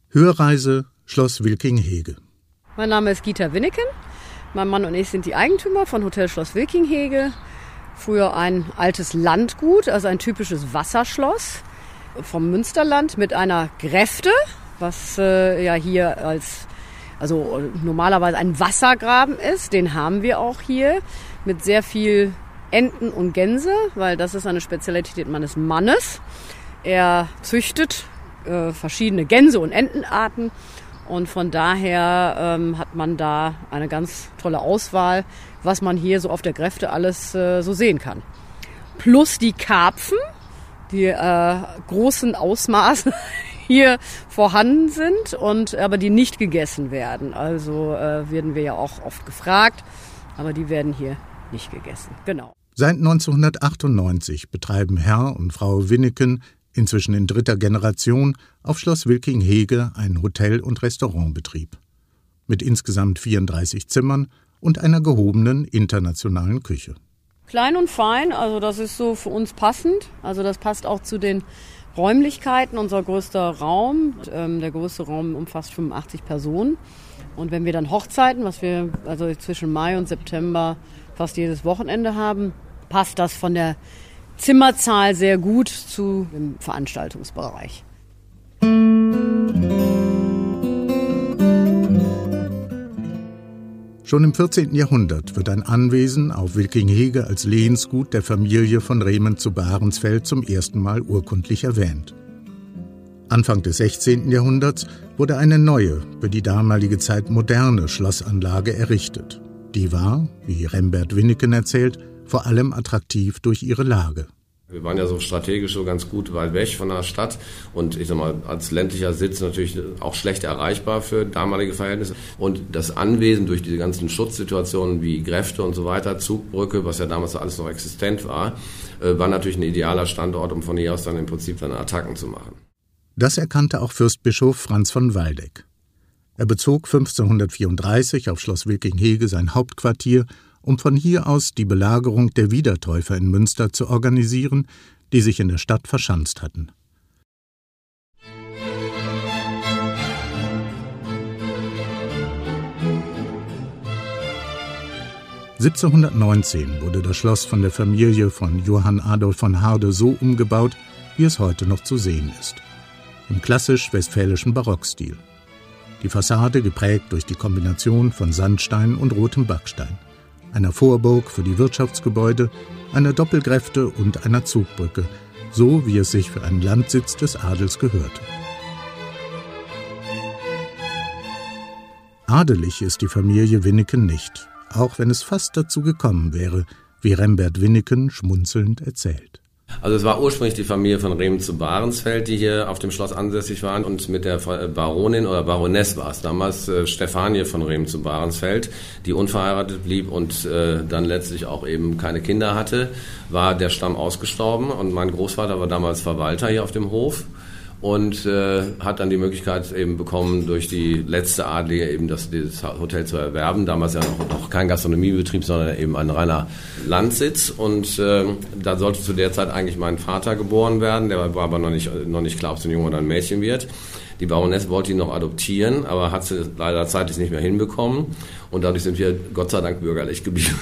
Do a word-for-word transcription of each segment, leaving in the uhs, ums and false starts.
Hörreise Schloss Wilking-Hege. Mein Name ist Gita Winneken. Mein Mann und ich sind die Eigentümer von Hotel Schloss Wilking-Hege. Früher ein altes Landgut, also ein typisches Wasserschloss vom Münsterland mit einer Gräfte, was äh, ja hier als also normalerweise ein Wassergraben ist. Den haben wir auch hier mit sehr viel Enten und Gänse, weil das ist eine Spezialität meines Mannes. Er züchtet äh, verschiedene Gänse- und Entenarten und von daher ähm, hat man da eine ganz tolle Auswahl, was man hier so auf der Gräfte alles äh, so sehen kann. Plus die Karpfen, die äh, großen Ausmaße hier vorhanden sind, und aber die nicht gegessen werden. Also äh, werden wir ja auch oft gefragt, aber die werden hier nicht gegessen. Genau. Seit neunzehnhundertachtundneunzig betreiben Herr und Frau Winneken, inzwischen in dritter Generation, auf Schloss Wilking-Hege einen Hotel- und Restaurantbetrieb. Mit insgesamt vierunddreißig Zimmern und einer gehobenen internationalen Küche. Klein und fein, also das ist so für uns passend. Also das passt auch zu den Räumlichkeiten. Unser größter Raum, ähm, der größte Raum umfasst fünfundachtzig Personen. Und wenn wir dann Hochzeiten, was wir also zwischen Mai und September fast jedes Wochenende haben, passt das von der Zimmerzahl sehr gut zu dem Veranstaltungsbereich. Schon im vierzehnten Jahrhundert wird ein Anwesen auf Wilking-Hege als Lehensgut der Familie von Rehmen zu Bahrensfeld zum ersten Mal urkundlich erwähnt. Anfang des sechzehnten Jahrhunderts wurde eine neue, für die damalige Zeit moderne Schlossanlage errichtet. Die war, wie Rembert Winneken erzählt, vor allem attraktiv durch ihre Lage. Wir waren ja so strategisch so ganz gut weit weg von der Stadt und ich sag mal, als ländlicher Sitz natürlich auch schlecht erreichbar für damalige Verhältnisse. Und das Anwesen durch diese ganzen Schutzsituationen wie Gräfte und so weiter, Zugbrücke, was ja damals alles noch existent war, war natürlich ein idealer Standort, um von hier aus dann im Prinzip dann Attacken zu machen. Das erkannte auch Fürstbischof Franz von Waldeck. Er bezog fünfzehnhundertvierunddreißig auf Schloss Wilking-Hege sein Hauptquartier, um von hier aus die Belagerung der Wiedertäufer in Münster zu organisieren, die sich in der Stadt verschanzt hatten. siebzehnhundertneunzehn wurde das Schloss von der Familie von Johann Adolf von Harde so umgebaut, wie es heute noch zu sehen ist. Im klassisch-westfälischen Barockstil. Die Fassade geprägt durch die Kombination von Sandstein und rotem Backstein, einer Vorburg für die Wirtschaftsgebäude, einer Doppelgräfte und einer Zugbrücke, so wie es sich für einen Landsitz des Adels gehörte. Adelig ist die Familie Winneken nicht, auch wenn es fast dazu gekommen wäre, wie Rembert Winneken schmunzelnd erzählt. Also es war ursprünglich die Familie von Rehmen zu Bahrensfeld, die hier auf dem Schloss ansässig waren, und mit der Baronin oder Baroness war es damals, äh, Stefanie von Rehmen zu Bahrensfeld, die unverheiratet blieb und äh, dann letztlich auch eben keine Kinder hatte, war der Stamm ausgestorben, und mein Großvater war damals Verwalter hier auf dem Hof und äh, hat dann die Möglichkeit eben bekommen, durch die letzte Adlige eben das, dieses Hotel zu erwerben. Damals ja noch, noch kein Gastronomiebetrieb, sondern eben ein reiner Landsitz. Und äh, da sollte zu der Zeit eigentlich mein Vater geboren werden. Der war aber noch nicht, noch nicht klar, ob es ein Junge oder ein Mädchen wird. Die Baroness wollte ihn noch adoptieren, aber hat sie leider zeitlich nicht mehr hinbekommen. Und dadurch sind wir Gott sei Dank bürgerlich geblieben.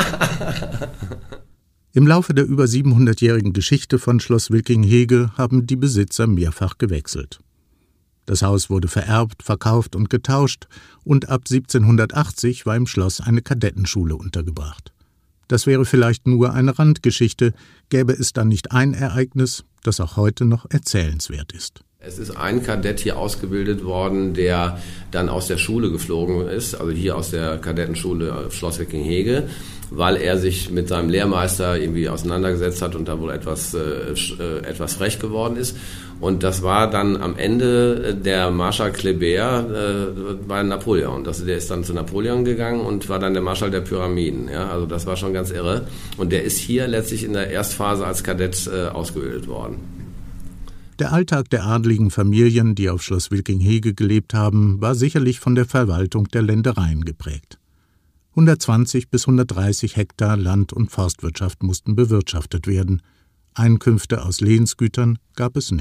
Im Laufe der über siebenhundertjährigen Geschichte von Schloss Wilking-Hege haben die Besitzer mehrfach gewechselt. Das Haus wurde vererbt, verkauft und getauscht, und ab siebzehnhundertachtzig war im Schloss eine Kadettenschule untergebracht. Das wäre vielleicht nur eine Randgeschichte, gäbe es dann nicht ein Ereignis, das auch heute noch erzählenswert ist. Es ist ein Kadett hier ausgebildet worden, der dann aus der Schule geflogen ist, also hier aus der Kadettenschule Schloss Wilking-Hege, weil er sich mit seinem Lehrmeister irgendwie auseinandergesetzt hat und da wohl etwas, äh, etwas frech geworden ist. Und das war dann am Ende der Marschall Kléber äh, bei Napoleon. Das, der ist dann zu Napoleon gegangen und war dann der Marschall der Pyramiden. Ja? Also das war schon ganz irre. Und der ist hier letztlich in der Erstphase als Kadett äh, ausgebildet worden. Der Alltag der adligen Familien, die auf Schloss Wilking-Hege gelebt haben, war sicherlich von der Verwaltung der Ländereien geprägt. hundertzwanzig bis hundertdreißig Hektar Land- und Forstwirtschaft mussten bewirtschaftet werden. Einkünfte aus Lehensgütern gab es nicht.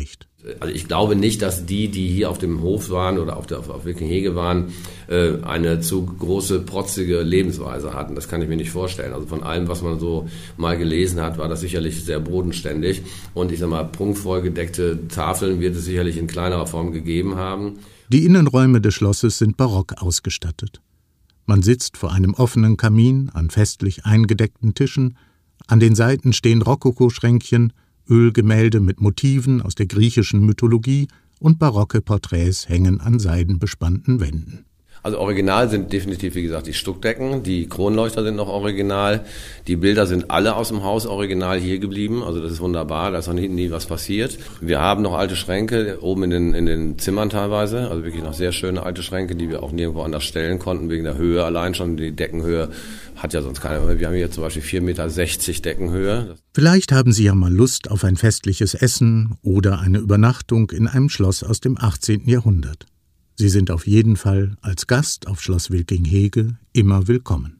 Also ich glaube nicht, dass die, die hier auf dem Hof waren oder auf der auf, auf Wilkinghege waren, äh, eine zu große, protzige Lebensweise hatten. Das kann ich mir nicht vorstellen. Also von allem, was man so mal gelesen hat, war das sicherlich sehr bodenständig. Und ich sag mal, prunkvoll gedeckte Tafeln wird es sicherlich in kleinerer Form gegeben haben. Die Innenräume des Schlosses sind barock ausgestattet. Man sitzt vor einem offenen Kamin an festlich eingedeckten Tischen. An den Seiten stehen Rokokoschränkchen, Ölgemälde mit Motiven aus der griechischen Mythologie und barocke Porträts hängen an seidenbespannten Wänden. Also original sind definitiv, wie gesagt, die Stuckdecken, die Kronleuchter sind noch original, die Bilder sind alle aus dem Haus original hier geblieben, also das ist wunderbar, da ist noch nie, nie was passiert. Wir haben noch alte Schränke, oben in den, in den Zimmern teilweise, also wirklich noch sehr schöne alte Schränke, die wir auch nirgendwo anders stellen konnten, wegen der Höhe allein schon, die Deckenhöhe hat ja sonst keiner. Wir haben hier zum Beispiel vier Meter sechzig Deckenhöhe. Vielleicht haben Sie ja mal Lust auf ein festliches Essen oder eine Übernachtung in einem Schloss aus dem achtzehnten Jahrhundert. Sie sind auf jeden Fall als Gast auf Schloss Wilkinghege immer willkommen.